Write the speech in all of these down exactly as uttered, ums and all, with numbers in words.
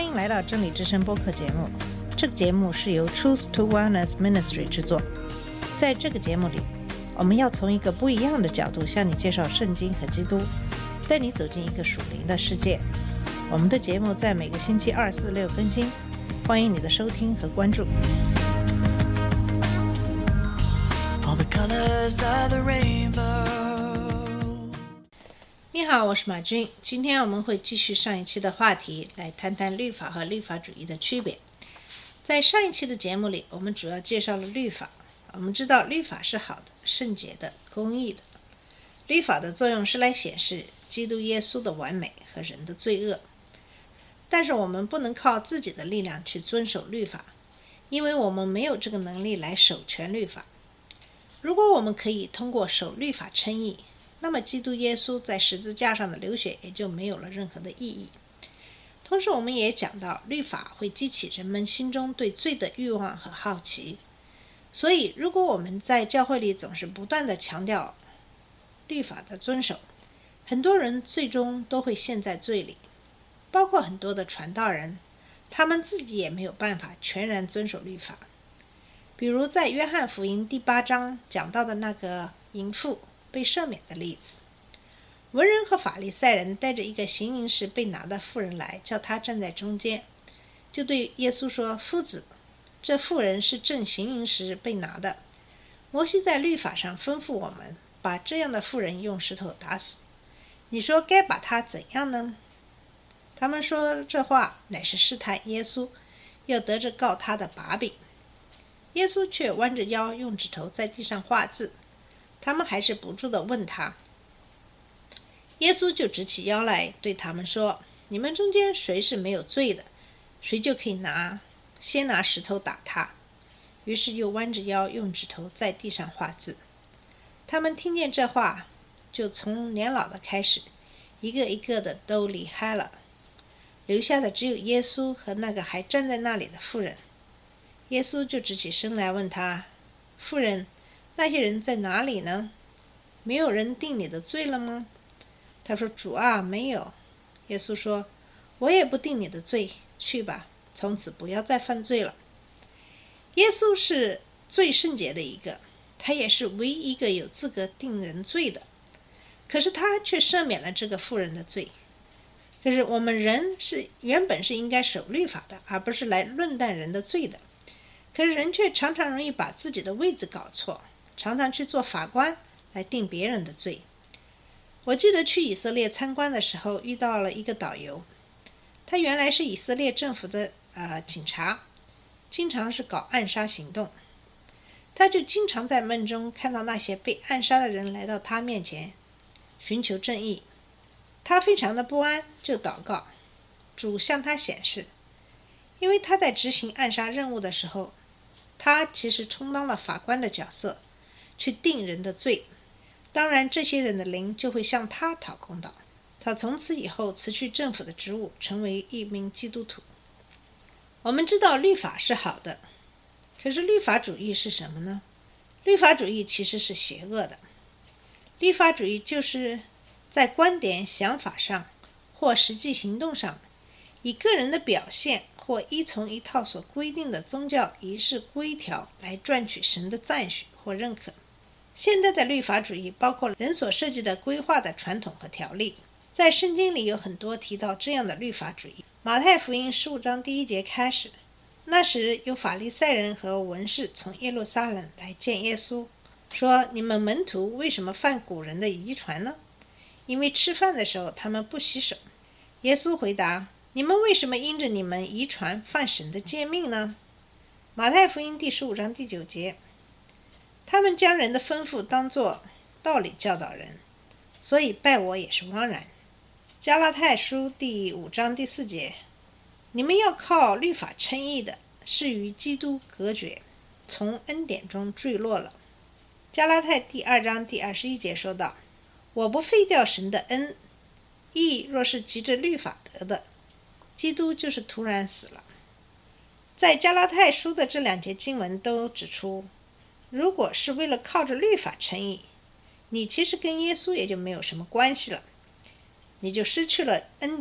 欢迎来到真理之声播客节目。这个节目是由 Truth to Wellness Ministry 制作。在这个节目里，我们要从一个不一样的角度向你介绍圣经和基督，带你走进一个属灵的世界。我们的节目在每个星期二、四、六更新，欢迎你的收听和关注。All the colors of the rainbow。 你好，我是马军。今天我们会继续上一期的话题，来谈谈律法和律法主义的区别。在上一期的节目里，我们主要介绍了律法。我们知道律法是好的、圣洁的、公义的。律法的作用是来显示基督耶稣的完美和人的罪恶。但是我们不能靠自己的力量去遵守律法，因为我们没有这个能力来守全律法。如果我们可以通过守律法称义，那么基督耶稣在十字架上的流血也就没有了任何的意义。同时我们也讲到，律法会激起人们心中对罪的欲望和好奇。所以如果我们在教会里总是不断地强调律法的遵守，很多人最终都会陷在罪里，包括很多的传道人，他们自己也没有办法全然遵守律法。比如在约翰福音第八章讲到的那个淫妇被赦免的例子，文人和法利赛人带着一个行淫时被拿的妇人来，叫他站在中间，就对耶稣说：夫子，这妇人是正行淫时被拿的，摩西在律法上吩咐我们把这样的妇人用石头打死，你说该把她怎样呢？他们说这话乃是试探耶稣，要得着告他的把柄。耶稣却弯着腰用指头在地上画字，他们还是不住地问他。耶稣就直起腰来对他们说：你们中间谁是没有罪的，谁就可以拿先拿石头打他。于是又弯着腰用指头在地上画字。他们听见这话，就从年老的开始，一个一个的都离开了，留下的只有耶稣和那个还站在那里的妇人。耶稣就直起身来问他：妇人，那些人在哪里呢？没有人定你的罪了吗？他说：主啊，没有。耶稣说：我也不定你的罪，去吧，从此不要再犯罪了。耶稣是最圣洁的一个，他也是唯一一个有资格定人罪的，可是他却赦免了这个妇人的罪。可是我们人是原本是应该守律法的，而不是来论断人的罪的。可是人却常常容易把自己的位置搞错，常常去做法官来定别人的罪。我记得去以色列参观的时候，遇到了一个导游，他原来是以色列政府的呃警察，经常是搞暗杀行动。他就经常在梦中看到那些被暗杀的人来到他面前寻求正义，他非常的不安，就祷告，主向他显示，因为他在执行暗杀任务的时候，他其实充当了法官的角色，去定人的罪。当然这些人的灵就会向他讨公道。他从此以后辞去政府的职务，成为一名基督徒。我们知道律法是好的，可是律法主义是什么呢？律法主义其实是邪恶的。律法主义就是在观点、想法上或实际行动上，以个人的表现或依从一套所规定的宗教仪式规条来赚取神的赞许或认可。现在的律法主义包括人所设计的规划的传统和条例，在圣经里有很多提到这样的律法主义。马太福音十五章第一节开始，那时有法利赛人和文士从耶路撒冷来见耶稣，说：你们门徒为什么犯古人的遗传呢？因为吃饭的时候他们不洗手。耶稣回答：你们为什么因着你们遗传犯神的诫命呢？马太福音第十五章第九节，他们将人的吩咐当作道理教导人，所以拜我也是枉然。加拉太书第五章第四节，你们要靠律法称义的，是与基督隔绝，从恩典中坠落了。加拉太第二章第二十一节说道：我不废掉神的恩，义若是藉着律法得的，基督就是突然死了。在加拉太书的这两节经文都指出，如果是为了靠着律法称义，你其实跟耶稣也就没有什么关系了，你就失去了恩典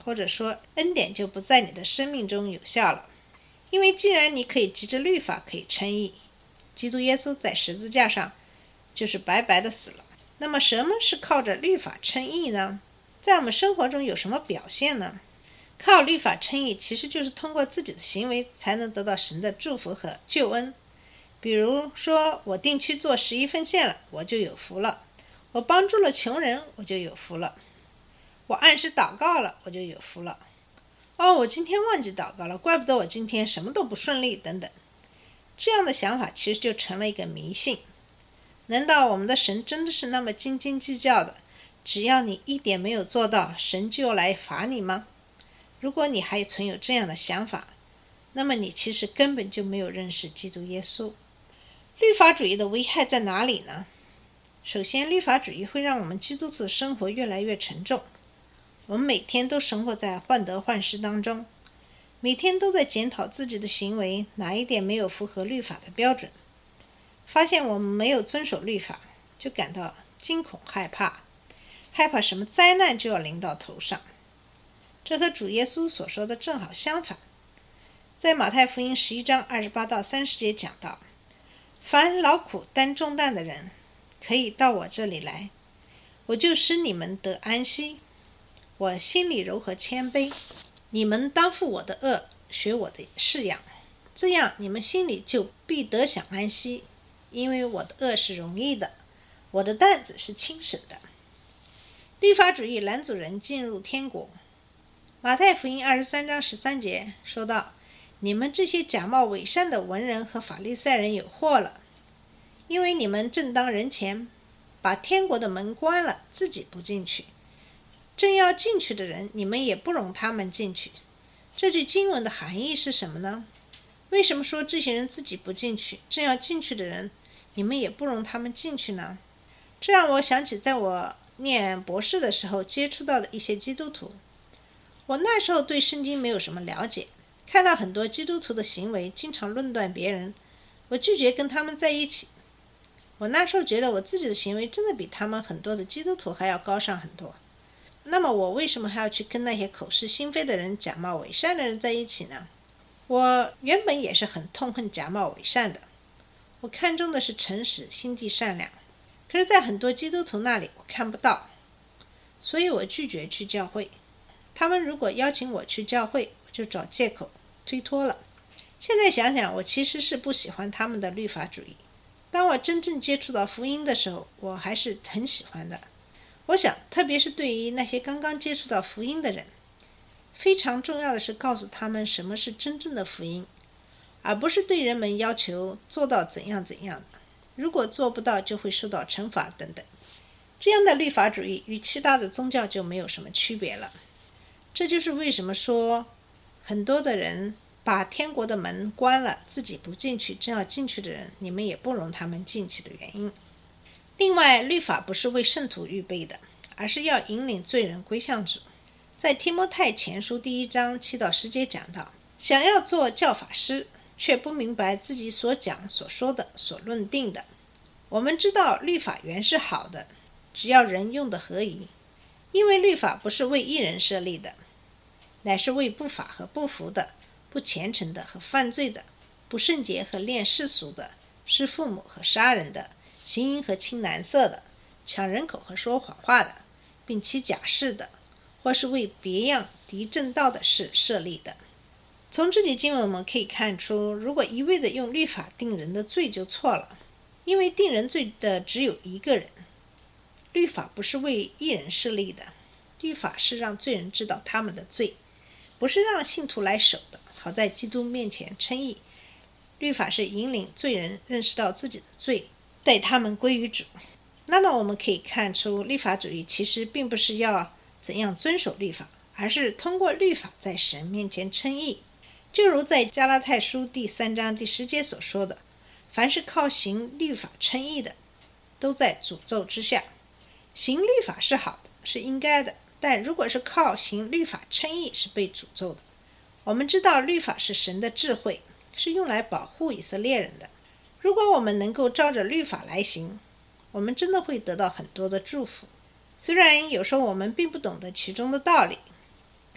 或者说恩典就不在你的生命中有效了。因为既然你可以藉着律法可以称义，基督耶稣在十字架上就是白白的死了，那么什么是靠着律法称义呢？在我们生活中有什么表现呢？靠律法称义其实就是通过自己的行为才能得到神的祝福和救恩。比如说，我定期做十一奉献了，我就有福了；我帮助了穷人，我就有福了；我按时祷告了，我就有福了。哦，我今天忘记祷告了，怪不得我今天什么都不顺利等等。这样的想法其实就成了一个迷信。难道我们的神真的是那么斤斤计较的？只要你一点没有做到，神就来罚你吗？如果你还存有这样的想法，那么你其实根本就没有认识基督耶稣。律法主义的危害在哪里呢？首先，律法主义会让我们基督徒的生活越来越沉重。我们每天都生活在患得患失当中，每天都在检讨自己的行为哪一点没有符合律法的标准。发现我们没有遵守律法，就感到惊恐害怕，害怕什么灾难就要临到头上。这和主耶稣所说的正好相反。在马太福音十一章二十八到三十节讲到，凡劳苦担重担的人，可以到我这里来，我就使你们得安息。我心里柔和谦卑，你们当负我的恶，学我的式样，这样你们心里就必得享安息。因为我的恶是容易的，我的担子是轻省的。律法主义拦阻人进入天国。马太福音二十三章十三节说到，你们这些假冒伪善的文人和法利赛人有祸了，因为你们正当人前把天国的门关了，自己不进去，正要进去的人，你们也不容他们进去。这句经文的含义是什么呢？为什么说这些人自己不进去，正要进去的人，你们也不容他们进去呢？这让我想起在我念博士的时候接触到的一些基督徒。我那时候对圣经没有什么了解，看到很多基督徒的行为经常论断别人，我拒绝跟他们在一起。我那时候觉得我自己的行为真的比他们很多的基督徒还要高尚很多，那么我为什么还要去跟那些口是心非的人、假冒伪善的人在一起呢？我原本也是很痛恨假冒伪善的，我看重的是诚实、心地善良，可是在很多基督徒那里我看不到，所以我拒绝去教会。他们如果邀请我去教会，我就找借口推脱了。现在想想，我其实是不喜欢他们的律法主义。当我真正接触到福音的时候，我还是很喜欢的。我想，特别是对于那些刚刚接触到福音的人，非常重要的是告诉他们什么是真正的福音，而不是对人们要求做到怎样怎样的，如果做不到就会受到惩罚等等。这样的律法主义与其他的宗教就没有什么区别了。这就是为什么说很多的人把天国的门关了，自己不进去，正要进去的人，你们也不容他们进去的原因。另外，律法不是为圣徒预备的，而是要引领罪人归向主。在提摩太前书第一章七到十节讲到，想要做教法师，却不明白自己所讲、所说的、所论定的。我们知道律法原是好的，只要人用的合宜，因为律法不是为义人设立的，乃是为不法和不服的、不虔诚的和犯罪的、不圣洁和恋世俗的、弑父母和杀人的、行淫和亲男色的、抢人口和说谎话的，并起假誓的，或是为别样敌正道的事设立的。从这节经文我们可以看出，如果一味的用律法定人的罪就错了，因为定人罪的只有一个人。律法不是为义人设立的，律法是让罪人知道他们的罪，不是让信徒来守的，好在基督面前称义。律法是引领罪人认识到自己的罪，带他们归于主。那么我们可以看出，律法主义其实并不是要怎样遵守律法，而是通过律法在神面前称义。就如在加拉太书第三章第十节所说的，凡是靠行律法称义的，都在诅咒之下。行律法是好的，是应该的，但如果是靠行律法称义，是被诅咒的。我们知道律法是神的智慧，是用来保护以色列人的。如果我们能够照着律法来行，我们真的会得到很多的祝福。虽然有时候我们并不懂得其中的道理，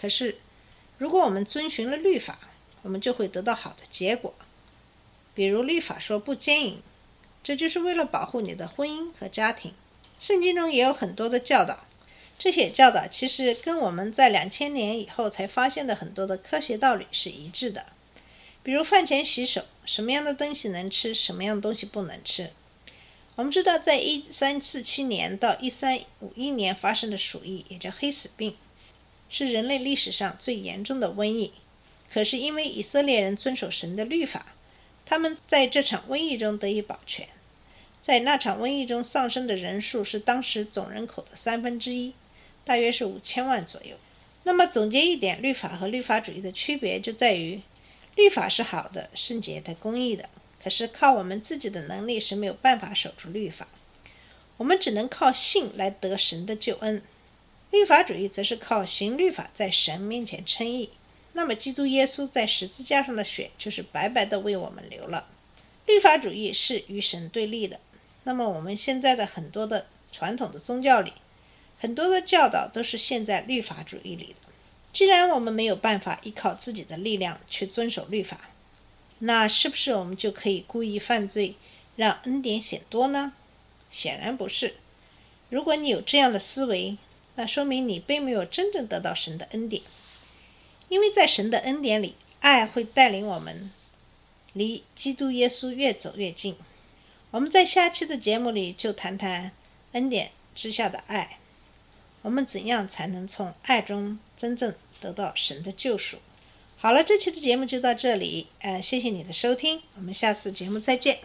可是如果我们遵循了律法，我们就会得到好的结果。比如律法说不奸淫，这就是为了保护你的婚姻和家庭。圣经中也有很多的教导，这些教导其实跟我们在两千年以后才发现的很多的科学道理是一致的。比如饭前洗手，什么样的东西能吃，什么样的东西不能吃。我们知道在一三四七年到一三五一年发生的鼠疫，也叫黑死病，是人类历史上最严重的瘟疫。可是因为以色列人遵守神的律法，他们在这场瘟疫中得以保全。在那场瘟疫中丧生的人数是当时总人口的三分之一，大约是五千万左右。那么总结一点，律法和律法主义的区别就在于，律法是好的、圣洁的、公义的，可是靠我们自己的能力是没有办法守住律法，我们只能靠信来得神的救恩。律法主义则是靠行律法在神面前称义。那么基督耶稣在十字架上的血就是白白的为我们流了。律法主义是与神对立的。那么我们现在的很多的传统的宗教里，很多的教导都是陷在律法主义里的。既然我们没有办法依靠自己的力量去遵守律法，那是不是我们就可以故意犯罪，让恩典显多呢？显然不是。如果你有这样的思维，那说明你并没有真正得到神的恩典。因为在神的恩典里，爱会带领我们离基督耶稣越走越近。我们在下期的节目里就谈谈恩典之下的爱，我们怎样才能从爱中真正得到神的救赎。好了，这期的节目就到这里，呃，谢谢你的收听，我们下次节目再见。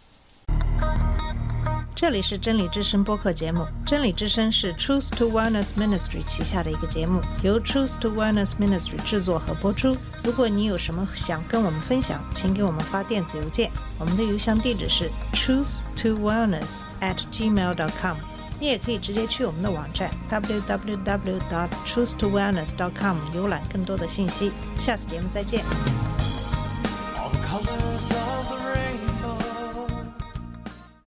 这里是真理之声播客节目，真理之声是 Truth to Wellness Ministry 旗下的一个节目，由 Truth to Wellness Ministry 制作和播出。如果你有什么想跟我们分享，请给我们发电子邮件，我们的邮箱地址是 truth to wellness at gmail dot com。 你也可以直接去我们的网站 double-u double-u double-u dot truth to wellness dot com 浏览更多的信息。下次节目再见。All the colors of the rainbow